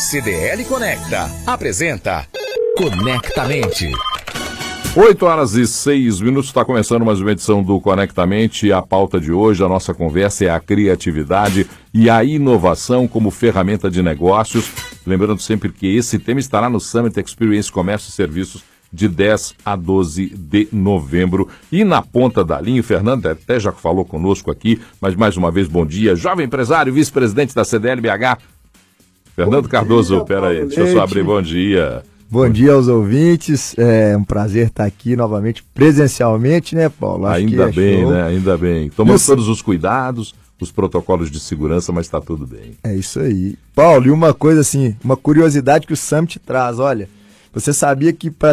CDL Conecta apresenta Conectamente. 8h06, está começando mais uma edição do Conectamente. A pauta de hoje, a nossa conversa é a criatividade e a inovação como ferramenta de negócios. Lembrando sempre que esse tema estará no Summit Experience Comércio e Serviços de 10 a 12 de novembro. E na ponta da linha, o Fernando até já falou conosco aqui, mas mais uma vez, bom dia. Jovem empresário, vice-presidente da CDL BH, Fernando Cardoso. Peraí, deixa eu só abrir. Bom dia. Bom dia aos ouvintes, é um prazer estar aqui novamente, presencialmente, né, Paulo? Ainda bem, né? Ainda bem. Tomamos todos os cuidados, os protocolos de segurança, mas está tudo bem. É isso aí. Paulo, e uma coisa assim, uma curiosidade que o Summit traz, olha, você sabia que para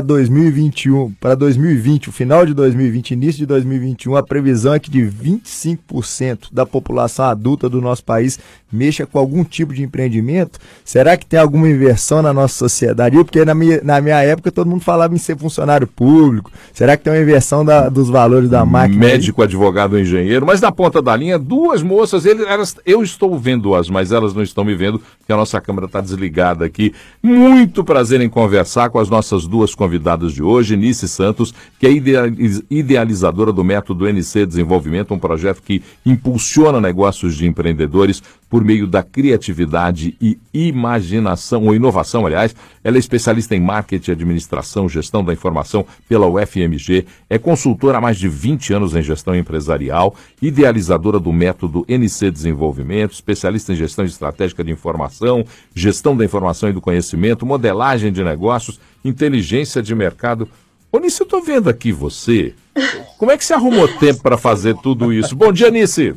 2020, o final de 2020, início de 2021, a previsão é que de 25% da população adulta do nosso país mexa com algum tipo de empreendimento? Será que tem alguma inversão na nossa sociedade? Porque na minha época todo mundo falava em ser funcionário público. Será que tem uma inversão dos valores da máquina? Médico, advogado, engenheiro. Mas na ponta da linha, duas moças, eu estou vendo-as, mas elas não estão me vendo, porque a nossa câmera está desligada aqui. Muito prazer em conversar com as nossas duas convidadas de hoje, Nice Santos, que é idealizadora do método NC Desenvolvimento, um projeto que impulsiona negócios de empreendedores por meio da criatividade e imaginação, ou inovação, aliás. Ela é especialista em marketing, administração, gestão da informação pela UFMG, é consultora há mais de 20 anos em gestão empresarial, idealizadora do método NC Desenvolvimento, especialista em gestão estratégica de informação, gestão da informação e do conhecimento, modelagem de negócios, inteligência de mercado. Ô, Nice, eu estou vendo aqui você. Como é que você arrumou tempo para fazer tudo isso? Bom dia, Nice.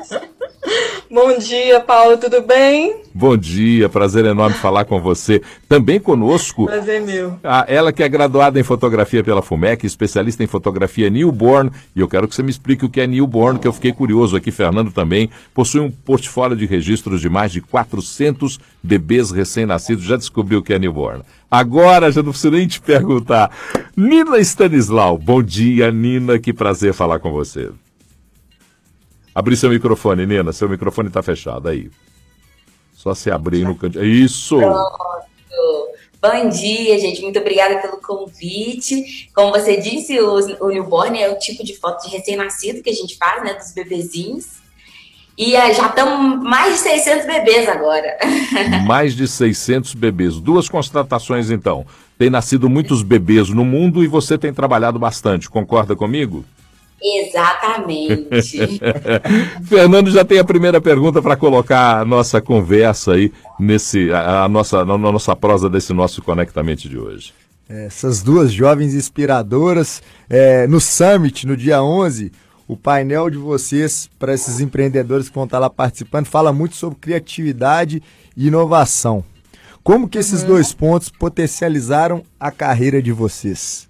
Bom dia, Paulo, tudo bem? Bom dia, prazer enorme falar com você. Também conosco, prazer meu. Ela que é graduada em fotografia pela FUMEC, especialista em fotografia newborn, e eu quero que você me explique o que é newborn, que eu fiquei curioso aqui. Fernando também possui um portfólio de registros de mais de 400 bebês recém-nascidos. Já descobriu o que é newborn. Agora já não preciso nem te perguntar. Nina Stanislau, bom dia, Nina, que prazer falar com você. Abri seu microfone, Nina. Seu microfone está fechado. Aí. Só se abrir no canto. Isso! Pronto. Bom dia, gente. Muito obrigada pelo convite. Como você disse, o newborn é o tipo de foto de recém-nascido que a gente faz, né? Dos bebezinhos. E já estamos mais de 600 bebês agora. Mais de 600 bebês. Duas constatações, então. Tem nascido muitos bebês no mundo e você tem trabalhado bastante. Concorda comigo? Exatamente. Fernando já tem a primeira pergunta para colocar a nossa conversa aí, na nossa prosa desse nosso Conectamente de hoje. Essas duas jovens inspiradoras, no Summit, no dia 11, o painel de vocês, para esses empreendedores que vão estar lá participando, fala muito sobre criatividade e inovação. Como que esses dois pontos potencializaram a carreira de vocês?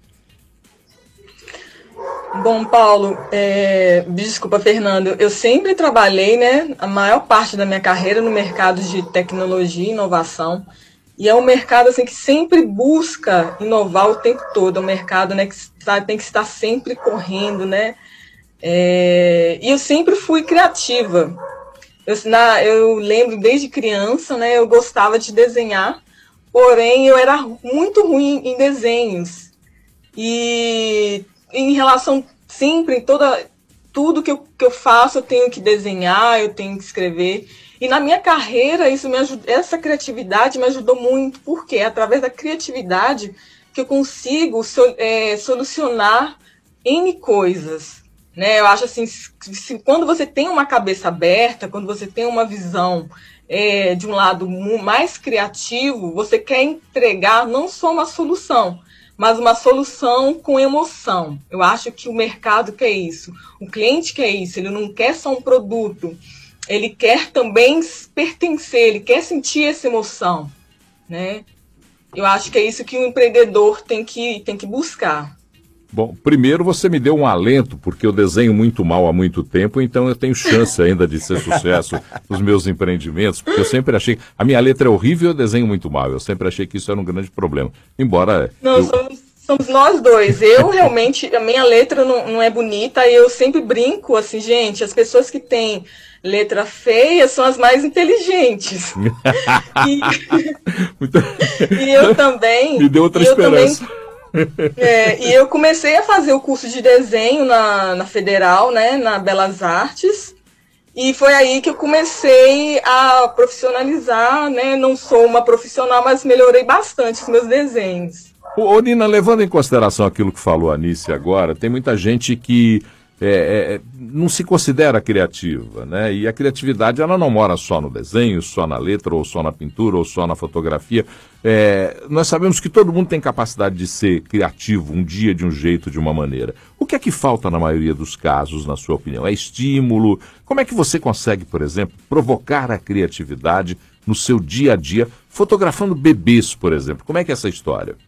Bom, Paulo, desculpa, Fernando, eu sempre trabalhei, né, a maior parte da minha carreira no mercado de tecnologia e inovação, e é um mercado assim, que sempre busca inovar o tempo todo, é um mercado, né, que tem que estar sempre correndo, né, e eu sempre fui criativa. Eu lembro desde criança, né, eu gostava de desenhar, porém eu era muito ruim em desenhos, e em relação sempre, tudo que eu faço, eu tenho que desenhar, eu tenho que escrever. E na minha carreira, essa criatividade me ajudou muito, porque é através da criatividade que eu consigo solucionar N coisas. Né? Eu acho assim, quando você tem uma cabeça aberta, quando você tem uma visão de um lado mais criativo, você quer entregar não só uma solução, mas uma solução com emoção. Eu acho que o mercado quer isso, o cliente quer isso, ele não quer só um produto, ele quer também pertencer, ele quer sentir essa emoção, né? Eu acho que é isso que o empreendedor tem que buscar. Bom, primeiro você me deu um alento, porque eu desenho muito mal há muito tempo, então eu tenho chance ainda de ser sucesso nos meus empreendimentos, porque eu sempre achei, a minha letra é horrível, eu desenho muito mal, eu sempre achei que isso era um grande problema, embora... Não, somos nós dois, eu realmente, a minha letra não é bonita, e eu sempre brinco assim, gente, as pessoas que têm letra feia são as mais inteligentes. E eu também... Me deu outra esperança. E eu comecei a fazer o curso de desenho na Federal, né, na Belas Artes, e foi aí que eu comecei a profissionalizar, né? Não sou uma profissional, mas melhorei bastante os meus desenhos. Ô, Nina, levando em consideração aquilo que falou a Anice agora, tem muita gente que não se considera criativa, né? E a criatividade, ela não mora só no desenho, só na letra, ou só na pintura, ou só na fotografia. Nós sabemos que todo mundo tem capacidade de ser criativo um dia de um jeito, de uma maneira. O que é que falta na maioria dos casos, na sua opinião? É estímulo? Como é que você consegue, por exemplo, provocar a criatividade no seu dia a dia, fotografando bebês, por exemplo? Como é que é essa história?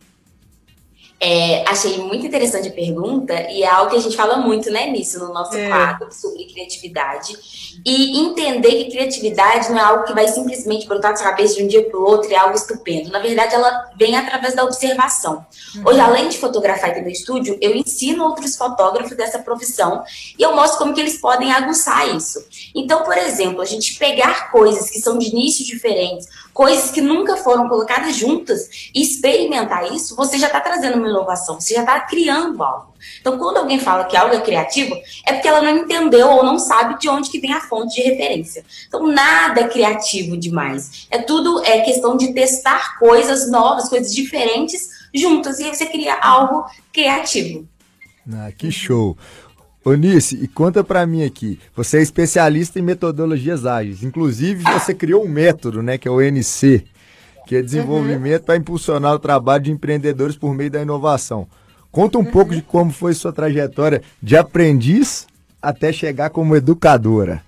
Achei muito interessante a pergunta e é algo que a gente fala muito, né, nisso, no nosso quadro sobre criatividade. E entender que criatividade não é algo que vai simplesmente brotar da sua cabeça de um dia para o outro, é algo estupendo. Na verdade, ela vem através da observação. Hoje, além de fotografar aqui no estúdio, eu ensino outros fotógrafos dessa profissão e eu mostro como que eles podem aguçar isso. Então, por exemplo, a gente pegar coisas que são de nichos diferentes, coisas que nunca foram colocadas juntas e experimentar isso, você já está trazendo uma inovação, você já está criando algo. Então, quando alguém fala que algo é criativo, é porque ela não entendeu ou não sabe de onde que vem a fonte de referência. Então, nada é criativo demais. Tudo é questão de testar coisas novas, coisas diferentes juntas, e aí você cria algo criativo. Que show! Onice, e conta pra mim aqui, você é especialista em metodologias ágeis, inclusive você criou um método, né, que é o NC, que é desenvolvimento para impulsionar o trabalho de empreendedores por meio da inovação. Conta um pouco de como foi sua trajetória de aprendiz até chegar como educadora.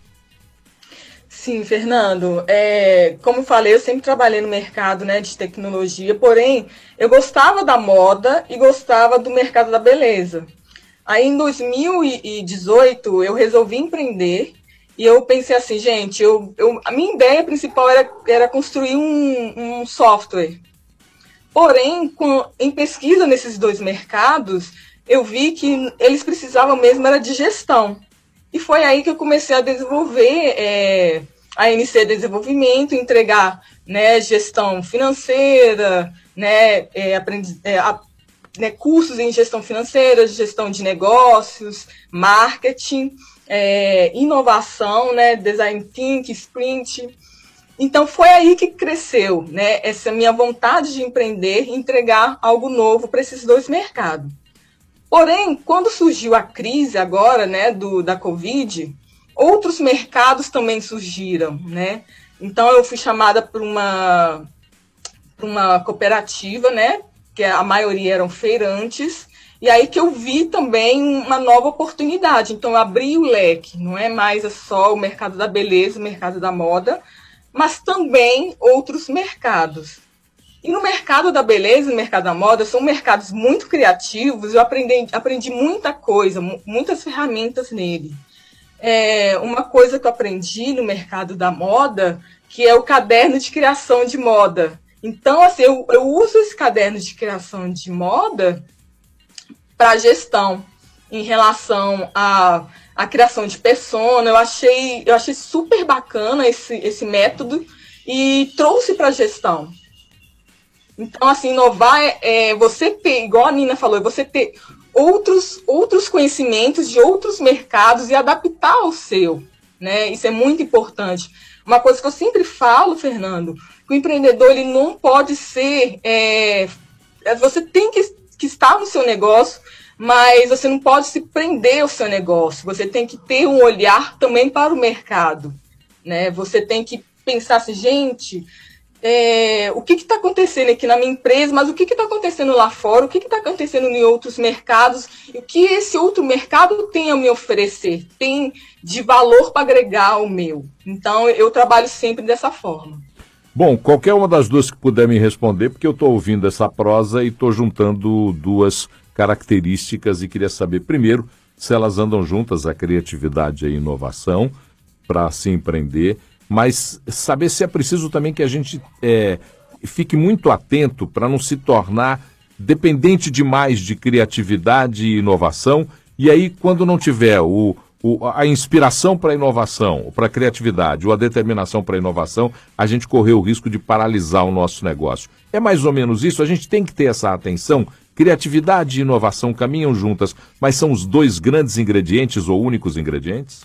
Sim, Fernando, como eu falei, eu sempre trabalhei no mercado, né, de tecnologia, porém, eu gostava da moda e gostava do mercado da beleza. Aí, em 2018, eu resolvi empreender e eu pensei assim, gente, a minha ideia principal era construir um software. Porém, em pesquisa nesses dois mercados, eu vi que eles precisavam mesmo era de gestão. E foi aí que eu comecei a desenvolver a NC Desenvolvimento, entregar, né, gestão financeira, né, cursos em gestão financeira, gestão de negócios, marketing, inovação, né, design thinking, sprint. Então foi aí que cresceu, né, essa minha vontade de empreender e entregar algo novo para esses dois mercados. Porém, quando surgiu a crise agora, né, da Covid, outros mercados também surgiram, né? Então eu fui chamada para uma cooperativa, né, que a maioria eram feirantes, e aí que eu vi também uma nova oportunidade. Então, eu abri o leque, não é mais só o mercado da beleza, o mercado da moda, mas também outros mercados. E no mercado da beleza e no mercado da moda, são mercados muito criativos, eu aprendi muita coisa, muitas ferramentas nele. Uma coisa que eu aprendi no mercado da moda, que é o caderno de criação de moda. Então, assim, eu uso esse caderno de criação de moda para gestão, em relação à criação de persona. Eu achei super bacana esse método e trouxe para a gestão. Então, assim, inovar você ter, igual a Nina falou, você ter outros conhecimentos de outros mercados e adaptar ao seu, né? Isso é muito importante. Uma coisa que eu sempre falo, Fernando, que o empreendedor ele não pode ser... você tem que estar no seu negócio, mas você não pode se prender ao seu negócio. Você tem que ter um olhar também para o mercado, né? Você tem que pensar assim, gente, o que está acontecendo aqui na minha empresa, mas o que está acontecendo lá fora, o que está acontecendo em outros mercados, e o que esse outro mercado tem a me oferecer, tem de valor para agregar ao meu. Então, eu trabalho sempre dessa forma. Bom, qualquer uma das duas que puder me responder, porque eu estou ouvindo essa prosa e estou juntando duas características e queria saber, primeiro, se elas andam juntas, a criatividade e a inovação, para se empreender, mas saber se é preciso também que a gente fique muito atento para não se tornar dependente demais de criatividade e inovação, e aí quando não tiver o a inspiração para a inovação, para a criatividade, ou a determinação para a inovação, a gente correu o risco de paralisar o nosso negócio. É mais ou menos isso, a gente tem que ter essa atenção. Criatividade e inovação caminham juntas, mas são os dois grandes ingredientes ou únicos ingredientes?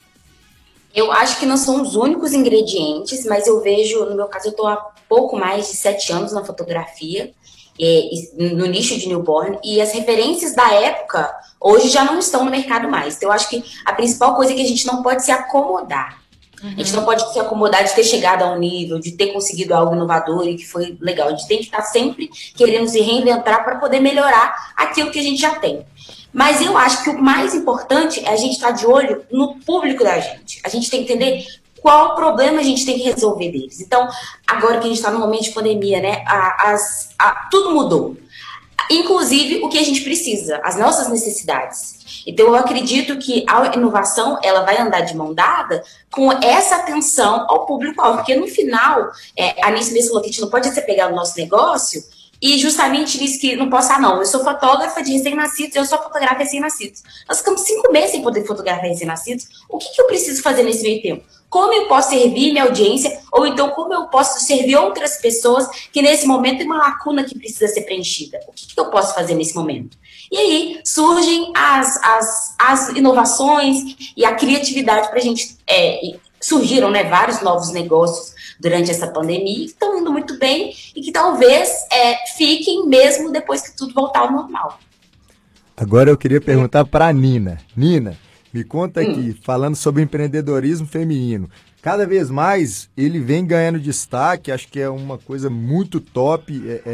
Eu acho que não são os únicos ingredientes, mas eu vejo, no meu caso, eu estou há pouco mais de 7 anos na fotografia, no nicho de newborn, e as referências da época hoje já não estão no mercado mais. Então eu acho que a principal coisa é que a gente não pode se acomodar. A gente não pode se acomodar de ter chegado a um nível, de ter conseguido algo inovador e que foi legal. A gente tem que estar sempre querendo se reinventar para poder melhorar aquilo que a gente já tem. Mas eu acho que o mais importante é a gente estar de olho no público da gente. A gente tem que entender qual problema a gente tem que resolver deles. Então, agora que a gente está no momento de pandemia, né, tudo mudou. Inclusive o que a gente precisa, as nossas necessidades. Então, eu acredito que a inovação ela vai andar de mão dada com essa atenção ao público-alvo. Porque no final, a Anice mesmo falou que a gente não pode se pegar no nosso negócio e justamente disse que não posso, não, eu sou fotógrafa de recém-nascidos, eu só fotografo recém-nascidos. Nós ficamos 5 meses sem poder fotografar recém-nascidos. O que eu preciso fazer nesse meio tempo? Como eu posso servir minha audiência? Ou então, como eu posso servir outras pessoas que nesse momento tem uma lacuna que precisa ser preenchida? O que eu posso fazer nesse momento? E aí surgem as inovações e a criatividade para a gente... surgiram, né, vários novos negócios durante essa pandemia que estão indo muito bem e que talvez fiquem mesmo depois que tudo voltar ao normal. Agora eu queria perguntar para a Nina. Nina, me conta aqui, falando sobre empreendedorismo feminino. Cada vez mais ele vem ganhando destaque, acho que é uma coisa muito top.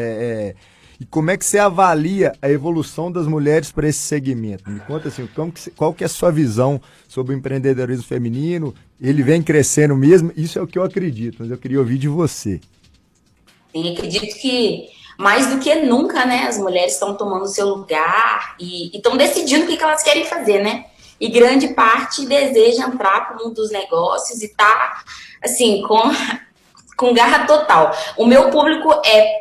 E como é que você avalia a evolução das mulheres para esse segmento? Me conta assim, qual que é a sua visão sobre o empreendedorismo feminino? Ele vem crescendo mesmo? Isso é o que eu acredito, mas eu queria ouvir de você. Sim, acredito que mais do que nunca, né, as mulheres estão tomando seu lugar e estão decidindo o que elas querem fazer, né? E grande parte deseja entrar para o mundo dos negócios e tá, assim, com garra total. O meu público é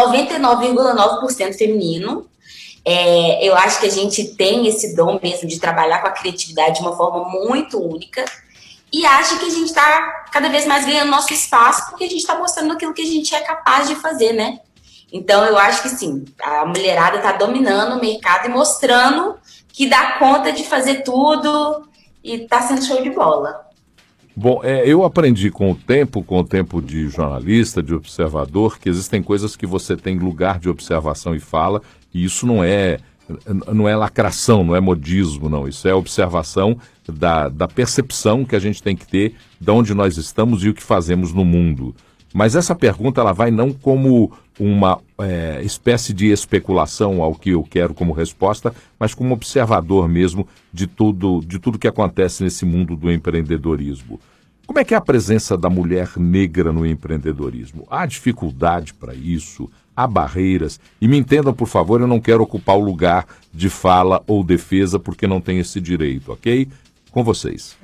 99,9% feminino. Eu acho que a gente tem esse dom mesmo de trabalhar com a criatividade de uma forma muito única e acho que a gente está cada vez mais ganhando nosso espaço porque a gente está mostrando aquilo que a gente é capaz de fazer, né? Então eu acho que sim, a mulherada está dominando o mercado e mostrando que dá conta de fazer tudo e está sendo show de bola. Bom, eu aprendi com o tempo de jornalista, de observador, que existem coisas que você tem lugar de observação e fala, e isso não é lacração, não é modismo, não. Isso é observação da percepção que a gente tem que ter de onde nós estamos e o que fazemos no mundo. Mas essa pergunta ela vai não como uma espécie de especulação ao que eu quero como resposta, mas como observador mesmo de tudo que acontece nesse mundo do empreendedorismo. Como é que é a presença da mulher negra no empreendedorismo? Há dificuldade para isso? Há barreiras? E me entendam, por favor, eu não quero ocupar o lugar de fala ou defesa porque não tenho esse direito, ok? Com vocês.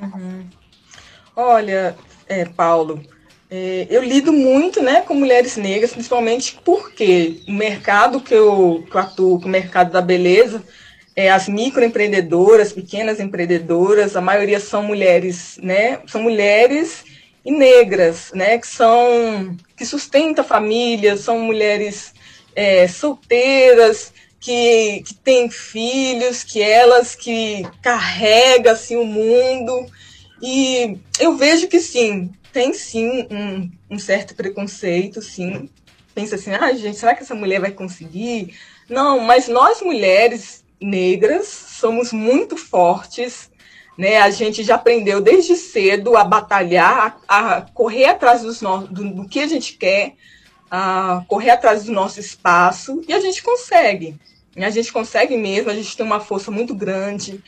Olha, Paulo... eu lido muito, né, com mulheres negras, principalmente porque o mercado que eu atuo, o mercado da beleza, as microempreendedoras, pequenas empreendedoras, a maioria são mulheres, né, são mulheres e negras, né, que sustentam famílias, são mulheres solteiras, que têm filhos, que carregam assim, o mundo. E eu vejo que sim, tem sim um certo preconceito, sim. Pensa assim, gente, será que essa mulher vai conseguir? Não, mas nós mulheres negras somos muito fortes, né? A gente já aprendeu desde cedo a batalhar, a correr atrás do que a gente quer, a correr atrás do nosso espaço, e a gente consegue. A gente consegue mesmo, a gente tem uma força muito grande,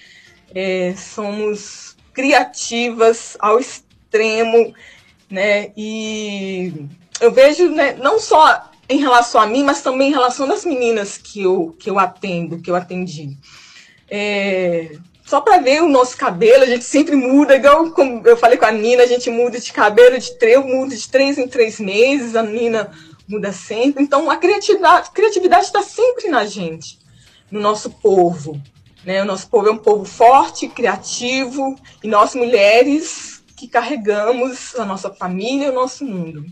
somos criativas ao extremo, né? E eu vejo, né, não só em relação a mim, mas também em relação às meninas que eu atendo, que eu atendi. Só para ver o nosso cabelo, a gente sempre muda, igual como eu falei com a Nina, a gente muda de cabelo, eu mudo de 3 em 3 meses, a Nina muda sempre. Então a criatividade está sempre na gente, no nosso povo. né? O nosso povo é um povo forte, criativo, e nós mulheres que carregamos a nossa família e o nosso mundo.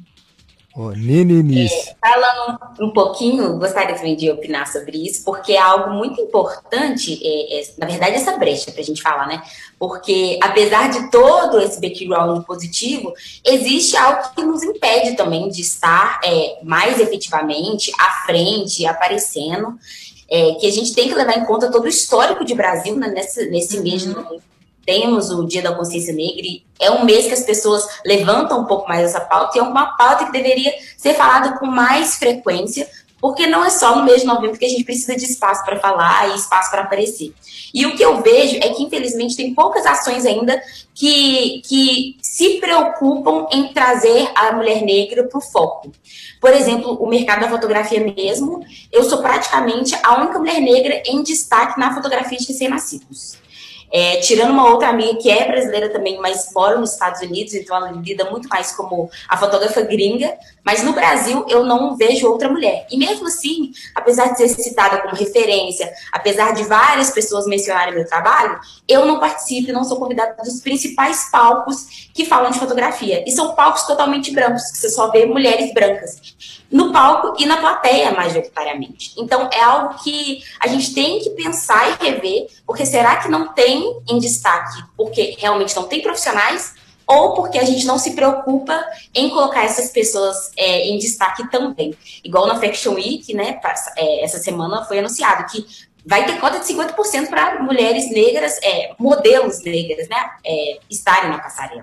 Nina e Nice. Falando um pouquinho, gostaria também de opinar sobre isso, porque é algo muito importante, na verdade, essa brecha para a gente falar, né? Porque, apesar de todo esse background positivo, existe algo que nos impede também de estar mais efetivamente à frente, aparecendo, que a gente tem que levar em conta todo o histórico de Brasil, né, nesse mês de novembro. Temos o Dia da Consciência Negra e é um mês que as pessoas levantam um pouco mais essa pauta e é uma pauta que deveria ser falada com mais frequência, porque não é só no mês de novembro que a gente precisa de espaço para falar e espaço para aparecer. E o que eu vejo é que, infelizmente, tem poucas ações ainda que se preocupam em trazer a mulher negra para o foco. Por exemplo, o mercado da fotografia mesmo, eu sou praticamente a única mulher negra em destaque na fotografia de recém-nascidos. Tirando uma outra amiga que é brasileira também, mas mora nos Estados Unidos, então ela lida muito mais como a fotógrafa gringa, mas no Brasil eu não vejo outra mulher. E mesmo assim, apesar de ser citada como referência, apesar de várias pessoas mencionarem meu trabalho, eu não participo e não sou convidada dos principais palcos que falam de fotografia. E são palcos totalmente brancos, que você só vê mulheres brancas no palco e na plateia, majoritariamente. Então, é algo que a gente tem que pensar e rever, porque será que não tem em destaque porque realmente não tem profissionais ou porque a gente não se preocupa em colocar essas pessoas em destaque também? Igual na Fashion Week, né, essa semana foi anunciado que vai ter cota de 50% para mulheres negras, modelos negras, né, estarem na passarela.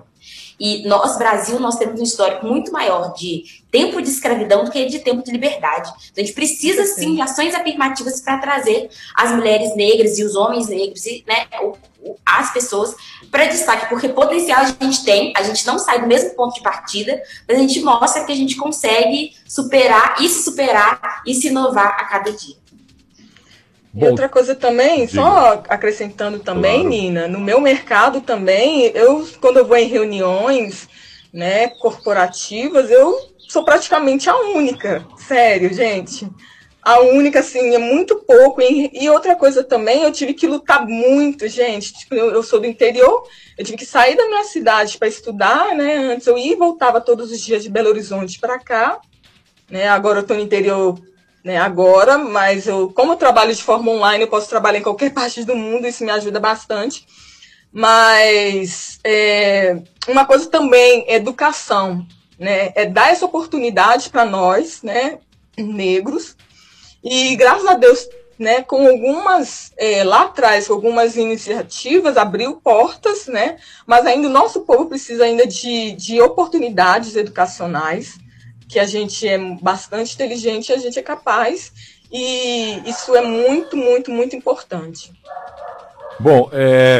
E nós, Brasil, nós temos um histórico muito maior de tempo de escravidão do que de tempo de liberdade. Então, a gente precisa, sim, de ações afirmativas para trazer as mulheres negras e os homens negros, e, né, as pessoas para destaque, porque potencial a gente tem, a gente não sai do mesmo ponto de partida, mas a gente mostra que a gente consegue superar e se inovar a cada dia. E outra coisa também, só acrescentando também, claro, Nina, no meu mercado também, quando eu vou em reuniões, né, corporativas, eu sou praticamente a única, sério, gente. A única, assim, é muito pouco. E outra coisa também, eu tive que lutar muito, gente. Tipo, eu sou do interior, eu tive que sair da minha cidade para estudar, né? Antes eu ia e voltava todos os dias de Belo Horizonte para cá, né? Agora eu estou no interior, né, agora, mas como eu trabalho de forma online, eu posso trabalhar em qualquer parte do mundo, isso me ajuda bastante. Mas uma coisa também é educação, né, dar essa oportunidade para nós, né, negros, e graças a Deus, né, com algumas, lá atrás, com algumas iniciativas, abriu portas, né, mas ainda o nosso povo precisa ainda de oportunidades educacionais, que a gente é bastante inteligente, a gente é capaz, e isso é muito, muito, muito importante. Bom,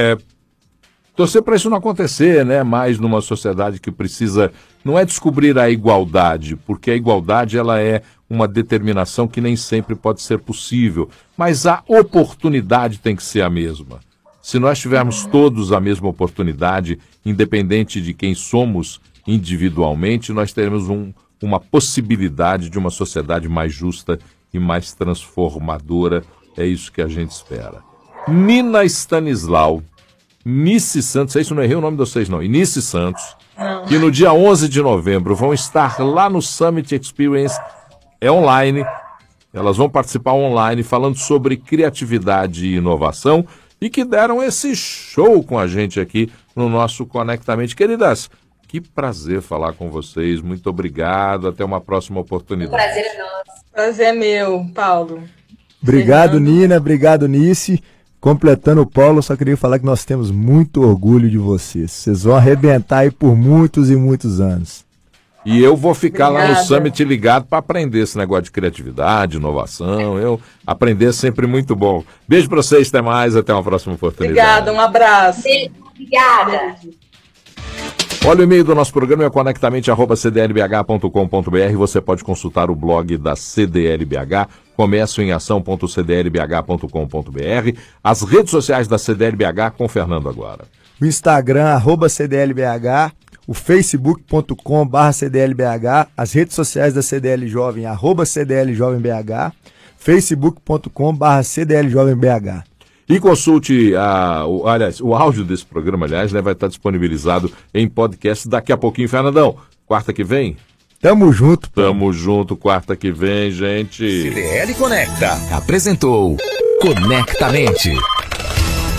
torcer para isso não acontecer, né? Mais numa sociedade que precisa, não é descobrir a igualdade, porque a igualdade ela é uma determinação que nem sempre pode ser possível, mas a oportunidade tem que ser a mesma. Se nós tivermos todos a mesma oportunidade, independente de quem somos individualmente, nós teremos uma possibilidade de uma sociedade mais justa e mais transformadora. É isso que a gente espera. Nina Stanislau, Nice Santos, isso não errei o nome de vocês não, e Nice Santos, que no dia 11 de novembro vão estar lá no Summit Experience, online, elas vão participar online falando sobre criatividade e inovação e que deram esse show com a gente aqui no nosso Conectamente. Queridas, que prazer falar com vocês. Muito obrigado. Até uma próxima oportunidade. O prazer é nosso. Prazer é meu, Paulo. Obrigado, Fernando. Nina. Obrigado, Nice. Completando o Paulo, só queria falar que nós temos muito orgulho de vocês. Vocês vão arrebentar aí por muitos e muitos anos. E eu vou ficar Obrigada. lá no Summit ligado para aprender esse negócio de criatividade, inovação. Eu aprender é sempre muito bom. Beijo para vocês, até mais. Até uma próxima oportunidade. Obrigada, um abraço. Obrigada. Olha, o e-mail do nosso programa é conectamente@cdlbh.com.br. Você pode consultar o blog da CDLBH, comércioemação.cdlbh.com.br, as redes sociais da CDLBH com Fernando agora. O Instagram, @CDLBH, o facebook.com/CDLBH, as redes sociais da CDL Jovem, @CDL Jovem BH, facebook.com/CDL Jovem BH. E consulte, o áudio desse programa, aliás, né, vai estar disponibilizado em podcast daqui a pouquinho. Fernandão, quarta que vem? Tamo junto. Tamo junto, quarta que vem, gente. CDL Conecta apresentou Conectamente.